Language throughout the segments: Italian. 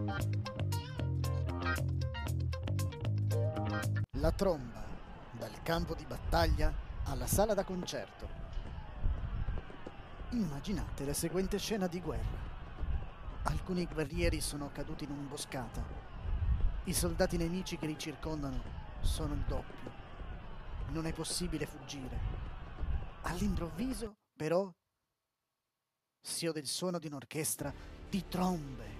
La tromba, dal campo di battaglia alla sala da concerto. Immaginate la seguente scena di guerra. Alcuni guerrieri sono caduti in un'imboscata. I soldati nemici che li circondano sono il doppio. Non è possibile fuggire. All'improvviso, però, si ode il suono di un'orchestra di trombe.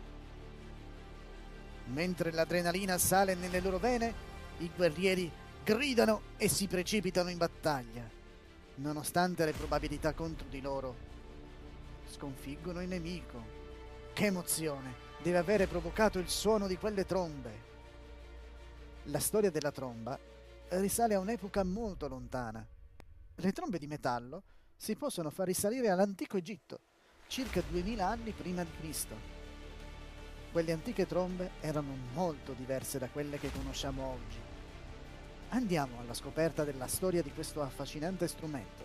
Mentre l'adrenalina sale nelle loro vene, i guerrieri gridano e si precipitano in battaglia. Nonostante le probabilità contro di loro, sconfiggono il nemico. Che emozione deve avere provocato il suono di quelle trombe! La storia della tromba risale a un'epoca molto lontana. Le trombe di metallo si possono far risalire all'antico Egitto, circa 2000 anni prima di Cristo. Quelle antiche trombe erano molto diverse da quelle che conosciamo oggi. Andiamo alla scoperta della storia di questo affascinante strumento.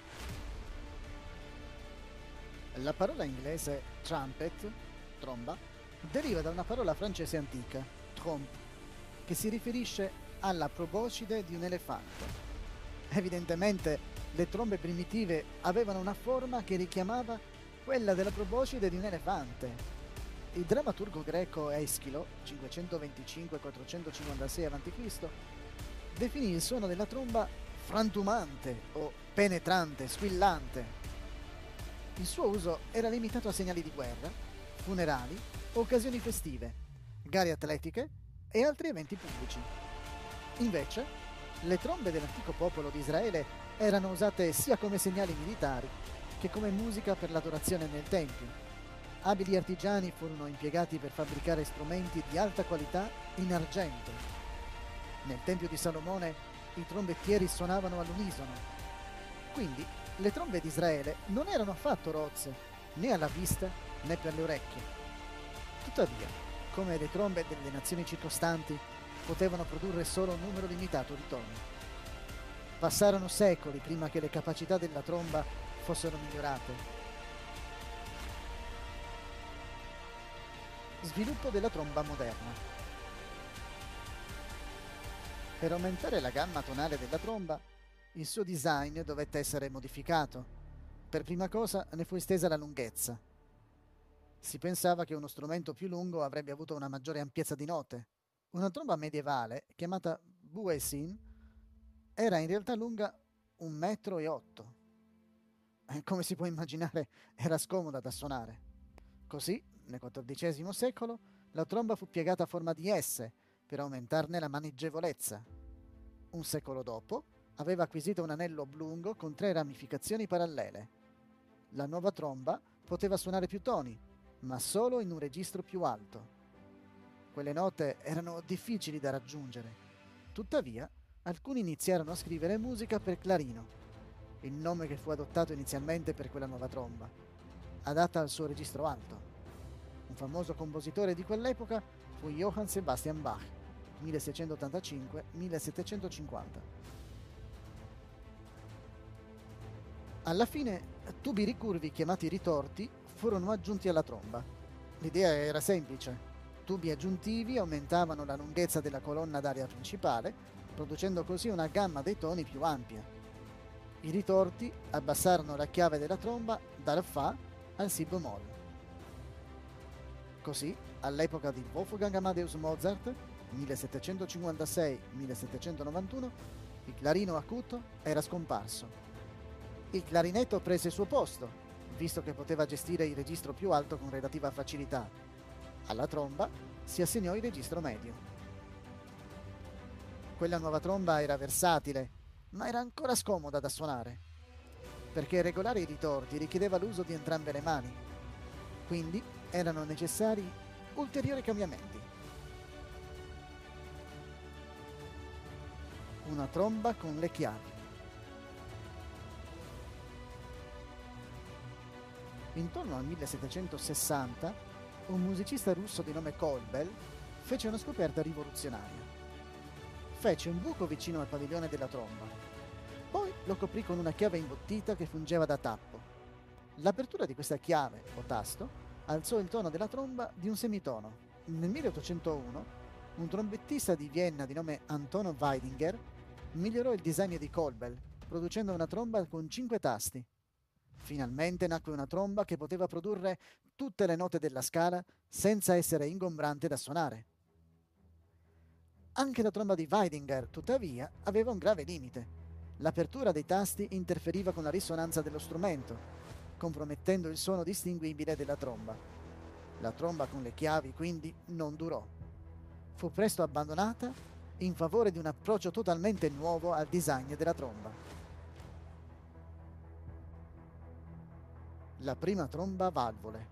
La parola inglese trumpet, tromba, deriva da una parola francese antica, trompe, che si riferisce alla proboscide di un elefante. Evidentemente le trombe primitive avevano una forma che richiamava quella della proboscide di un elefante. Il drammaturgo greco Eschilo, 525-456 a.C., definì il suono della tromba frantumante o penetrante, squillante. Il suo uso era limitato a segnali di guerra, funerali, occasioni festive, gare atletiche e altri eventi pubblici. Invece, le trombe dell'antico popolo di Israele erano usate sia come segnali militari che come musica per l'adorazione nel tempio. Abili artigiani furono impiegati per fabbricare strumenti di alta qualità in argento. Nel Tempio di Salomone i trombettieri suonavano all'unisono. Quindi le trombe di Israele non erano affatto rozze, né alla vista né per le orecchie. Tuttavia, come le trombe delle nazioni circostanti, potevano produrre solo un numero limitato di toni. Passarono secoli prima che le capacità della tromba fossero migliorate. Sviluppo della tromba moderna. Per aumentare la gamma tonale della tromba, il suo design dovette essere modificato. Per prima cosa ne fu estesa la lunghezza. Si pensava che uno strumento più lungo avrebbe avuto una maggiore ampiezza di note. Una tromba medievale, chiamata buesin, era in realtà lunga 1,8 m. Come si può immaginare, era scomoda da suonare. Così, nel XIV secolo, la tromba fu piegata a forma di S per aumentarne la maneggevolezza. Un secolo dopo, aveva acquisito un anello oblungo con 3 ramificazioni parallele. La nuova tromba poteva suonare più toni, ma solo in un registro più alto. Quelle note erano difficili da raggiungere. Tuttavia, alcuni iniziarono a scrivere musica per clarino, il nome che fu adottato inizialmente per quella nuova tromba, adatta al suo registro alto. Un famoso compositore di quell'epoca fu Johann Sebastian Bach, 1685-1750. Alla fine, tubi ricurvi chiamati ritorti furono aggiunti alla tromba. L'idea era semplice. Tubi aggiuntivi aumentavano la lunghezza della colonna d'aria principale, producendo così una gamma dei toni più ampia. I ritorti abbassarono la chiave della tromba dal Fa al Si bemolle. Così, all'epoca di Wolfgang Amadeus Mozart, 1756-1791, il clarino acuto era scomparso. Il clarinetto prese il suo posto, visto che poteva gestire il registro più alto con relativa facilità. Alla tromba si assegnò il registro medio. Quella nuova tromba era versatile, ma era ancora scomoda da suonare, perché regolare i ritorti richiedeva l'uso di entrambe le mani. Quindi erano necessari ulteriori cambiamenti. Una tromba con le chiavi. Intorno al 1760, un musicista russo di nome Kolbel fece una scoperta rivoluzionaria. Fece un buco vicino al padiglione della tromba. Poi lo coprì con una chiave imbottita che fungeva da tappo. L'apertura di questa chiave o tasto alzò il tono della tromba di un semitono. Nel 1801, un trombettista di Vienna di nome Antonio Weidinger migliorò il design di Kolbel, producendo una tromba con 5 tasti. Finalmente nacque una tromba che poteva produrre tutte le note della scala senza essere ingombrante da suonare. Anche la tromba di Weidinger, tuttavia, aveva un grave limite. L'apertura dei tasti interferiva con la risonanza dello strumento, compromettendo il suono distinguibile della tromba. La tromba con le chiavi, quindi, non durò. Fu presto abbandonata in favore di un approccio totalmente nuovo al design della tromba. La prima tromba a valvole.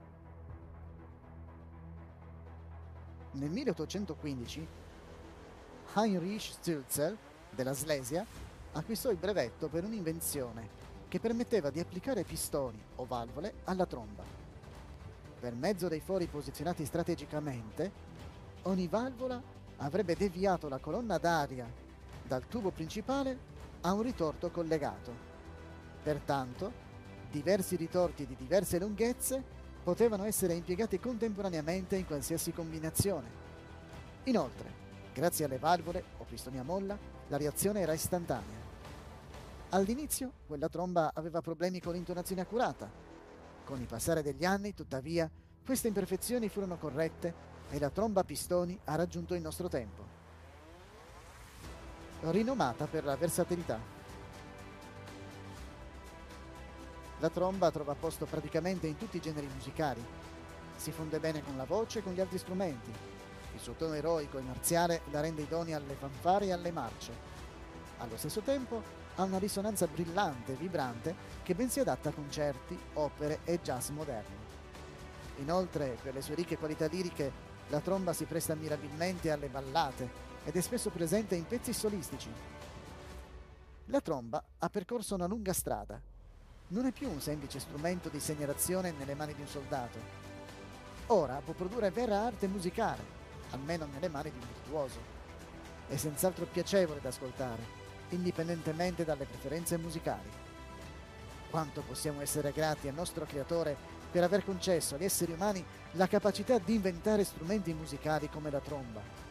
Nel 1815 Heinrich Stürzel della Slesia acquistò il brevetto per un'invenzione che permetteva di applicare pistoni o valvole alla tromba. Per mezzo dei fori posizionati strategicamente, ogni valvola avrebbe deviato la colonna d'aria dal tubo principale a un ritorto collegato. Pertanto, diversi ritorti di diverse lunghezze potevano essere impiegati contemporaneamente in qualsiasi combinazione. Inoltre, grazie alle valvole o pistoni a molla, la reazione era istantanea. All'inizio, quella tromba aveva problemi con l'intonazione accurata. Con il passare degli anni, tuttavia, queste imperfezioni furono corrette e la tromba a pistoni ha raggiunto il nostro tempo. Rinomata per la versatilità. La tromba trova posto praticamente in tutti i generi musicali. Si fonde bene con la voce e con gli altri strumenti. Il suo tono eroico e marziale la rende idonea alle fanfare e alle marce. Allo stesso tempo ha una risonanza brillante e vibrante che ben si adatta a concerti, opere e jazz moderni. Inoltre, per le sue ricche qualità liriche, la tromba si presta mirabilmente alle ballate ed è spesso presente in pezzi solistici. La tromba ha percorso una lunga strada. Non è più un semplice strumento di segnalazione nelle mani di un soldato. Ora può produrre vera arte musicale, almeno nelle mani di un virtuoso. È senz'altro piacevole da ascoltare, indipendentemente dalle preferenze musicali. Quanto possiamo essere grati al nostro creatore per aver concesso agli esseri umani la capacità di inventare strumenti musicali come la tromba.